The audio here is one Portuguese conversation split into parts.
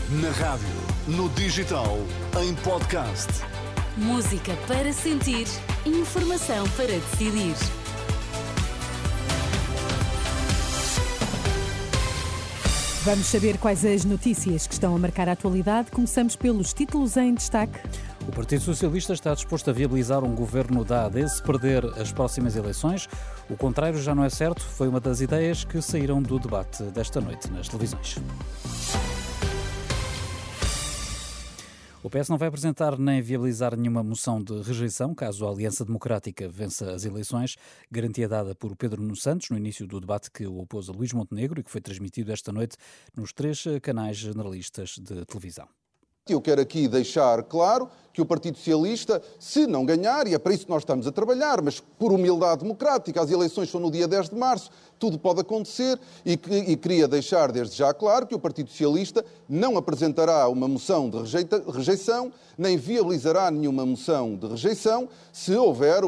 Na rádio, no digital, em podcast. Música para sentir, informação para decidir. Vamos saber quais as notícias que estão a marcar a atualidade. Começamos pelos títulos em destaque. O Partido Socialista está disposto a viabilizar um governo da AD se perder as próximas eleições. O contrário já não é certo, foi uma das ideias que saíram do debate desta noite nas televisões. O PS não vai apresentar nem viabilizar nenhuma moção de rejeição caso a Aliança Democrática vença as eleições, garantia dada por Pedro Nuno Santos no início do debate que o opôs a Luís Montenegro e que foi transmitido esta noite nos 3 canais generalistas de televisão. Eu quero aqui deixar claro que o Partido Socialista, se não ganhar, e é para isso que nós estamos a trabalhar, mas por humildade democrática, as eleições são no dia 10 de março, tudo pode acontecer, e queria deixar desde já claro que o Partido Socialista não apresentará uma moção de rejeição, nem viabilizará nenhuma moção de rejeição, se houver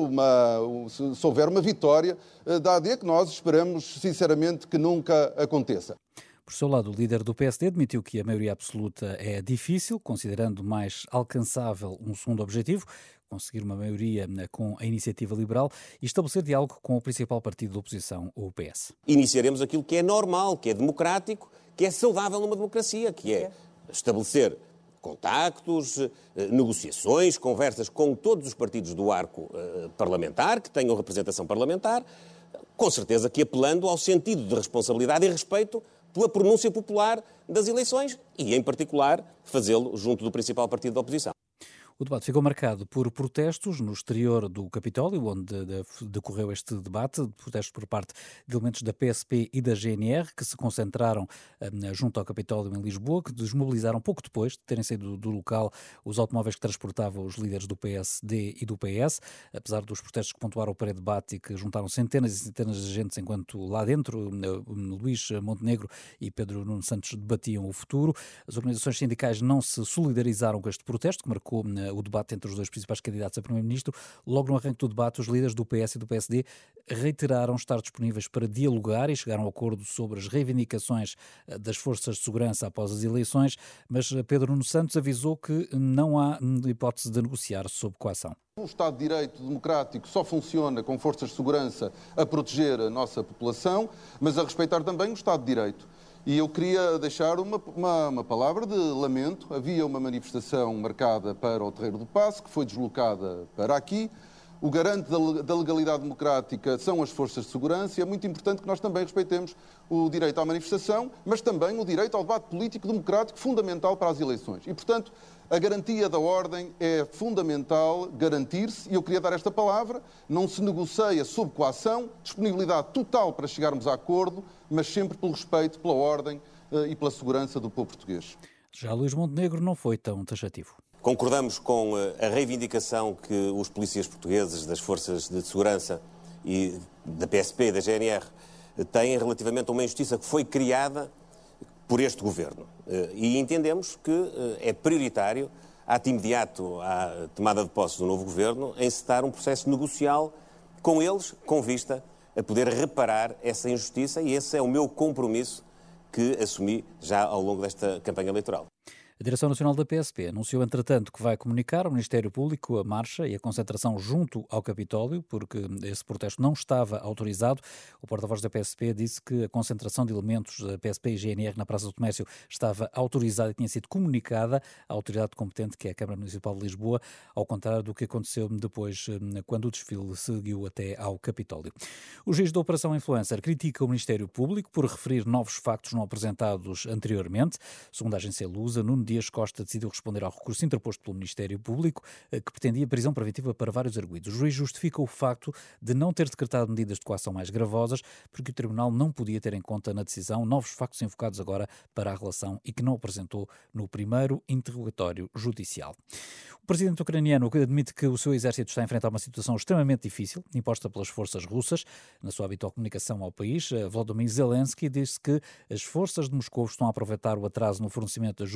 uma vitória da AD, que nós esperamos sinceramente que nunca aconteça. Por seu lado, o líder do PSD admitiu que a maioria absoluta é difícil, considerando mais alcançável um segundo objetivo, conseguir uma maioria com a Iniciativa Liberal e estabelecer diálogo com o principal partido da oposição, o PS. Iniciaremos aquilo que é normal, que é democrático, que é saudável numa democracia, que é estabelecer contactos, negociações, conversas com todos os partidos do arco parlamentar, que tenham representação parlamentar, com certeza que apelando ao sentido de responsabilidade e respeito pela pronúncia popular das eleições e, em particular, fazê-lo junto do principal partido da oposição. O debate ficou marcado por protestos no exterior do Capitólio, onde decorreu este debate, protestos por parte de elementos da PSP e da GNR, que se concentraram junto ao Capitólio em Lisboa, que desmobilizaram pouco depois de terem saído do local os automóveis que transportavam os líderes do PSD e do PS, apesar dos protestos que pontuaram o pré-debate e que juntaram centenas e centenas de agentes, enquanto lá dentro Luís Montenegro e Pedro Nuno Santos debatiam o futuro. As organizações sindicais não se solidarizaram com este protesto, que marcou o debate entre os dois principais candidatos a primeiro-ministro. Logo no arranque do debate, os líderes do PS e do PSD reiteraram estar disponíveis para dialogar e chegaram a um acordo sobre as reivindicações das forças de segurança após as eleições, mas Pedro Nuno Santos avisou que não há hipótese de negociar sob coação. O Estado de Direito democrático só funciona com forças de segurança a proteger a nossa população, mas a respeitar também o Estado de Direito. E eu queria deixar uma palavra de lamento. Havia uma manifestação marcada para o Terreiro do Paço, que foi deslocada para aqui. O garante da legalidade democrática são as forças de segurança e é muito importante que nós também respeitemos o direito à manifestação, mas também o direito ao debate político democrático fundamental para as eleições. E, portanto, a garantia da ordem é fundamental garantir-se, e eu queria dar esta palavra: não se negocia sob coação, disponibilidade total para chegarmos a acordo, mas sempre pelo respeito, pela ordem e pela segurança do povo português. Já Luís Montenegro não foi tão taxativo. Concordamos com a reivindicação que os polícias portugueses, das forças de segurança e da PSP e da GNR têm relativamente a uma injustiça que foi criada por este governo. E entendemos que é prioritário, ato imediato à tomada de posse do novo governo, encetar um processo negocial com eles, com vista a poder reparar essa injustiça, e esse é o meu compromisso que assumi já ao longo desta campanha eleitoral. A Direção Nacional da PSP anunciou, entretanto, que vai comunicar ao Ministério Público a marcha e a concentração junto ao Capitólio, porque esse protesto não estava autorizado. O porta-voz da PSP disse que a concentração de elementos da PSP e GNR na Praça do Comércio estava autorizada e tinha sido comunicada à autoridade competente, que é a Câmara Municipal de Lisboa, ao contrário do que aconteceu depois, quando o desfile seguiu até ao Capitólio. O juiz da Operação Influencer critica o Ministério Público por referir novos factos não apresentados anteriormente. Segundo a agência Lusa, Nuno Dias Costa decidiu responder ao recurso interposto pelo Ministério Público, que pretendia prisão preventiva para vários arguidos. O juiz justifica o facto de não ter decretado medidas de coação mais gravosas, porque o Tribunal não podia ter em conta na decisão novos factos invocados agora para a relação e que não apresentou no primeiro interrogatório judicial. O presidente ucraniano admite que o seu exército está a enfrentar uma situação extremamente difícil, imposta pelas forças russas. Na sua habitual comunicação ao país, Volodymyr Zelensky disse que as forças de Moscou estão a aproveitar o atraso no fornecimento de ajuda militar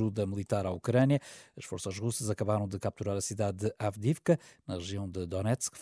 militar à Ucrânia. As forças russas acabaram de capturar a cidade de Avdiivka, na região de Donetsk,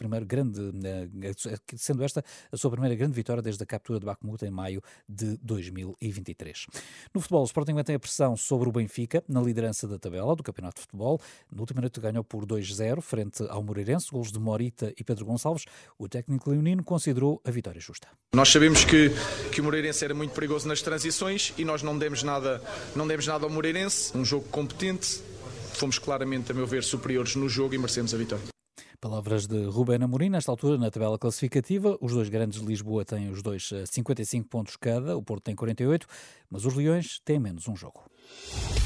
sendo esta a sua primeira grande vitória desde a captura de Bakhmut em maio de 2023. No futebol, o Sporting mantém a pressão sobre o Benfica na liderança da tabela do Campeonato de Futebol. Na última noite ganhou por 2-0 frente ao Moreirense, golos de Morita e Pedro Gonçalves. O técnico leonino considerou a vitória justa. Nós sabemos que o Moreirense era muito perigoso nas transições e nós não demos nada ao Moreirense. Um jogo competente, fomos claramente, a meu ver, superiores no jogo e merecemos a vitória. Palavras de Rubén Amorim. Nesta altura, na tabela classificativa, os dois grandes de Lisboa têm os dois 55 pontos cada, o Porto tem 48, mas os Leões têm menos um jogo.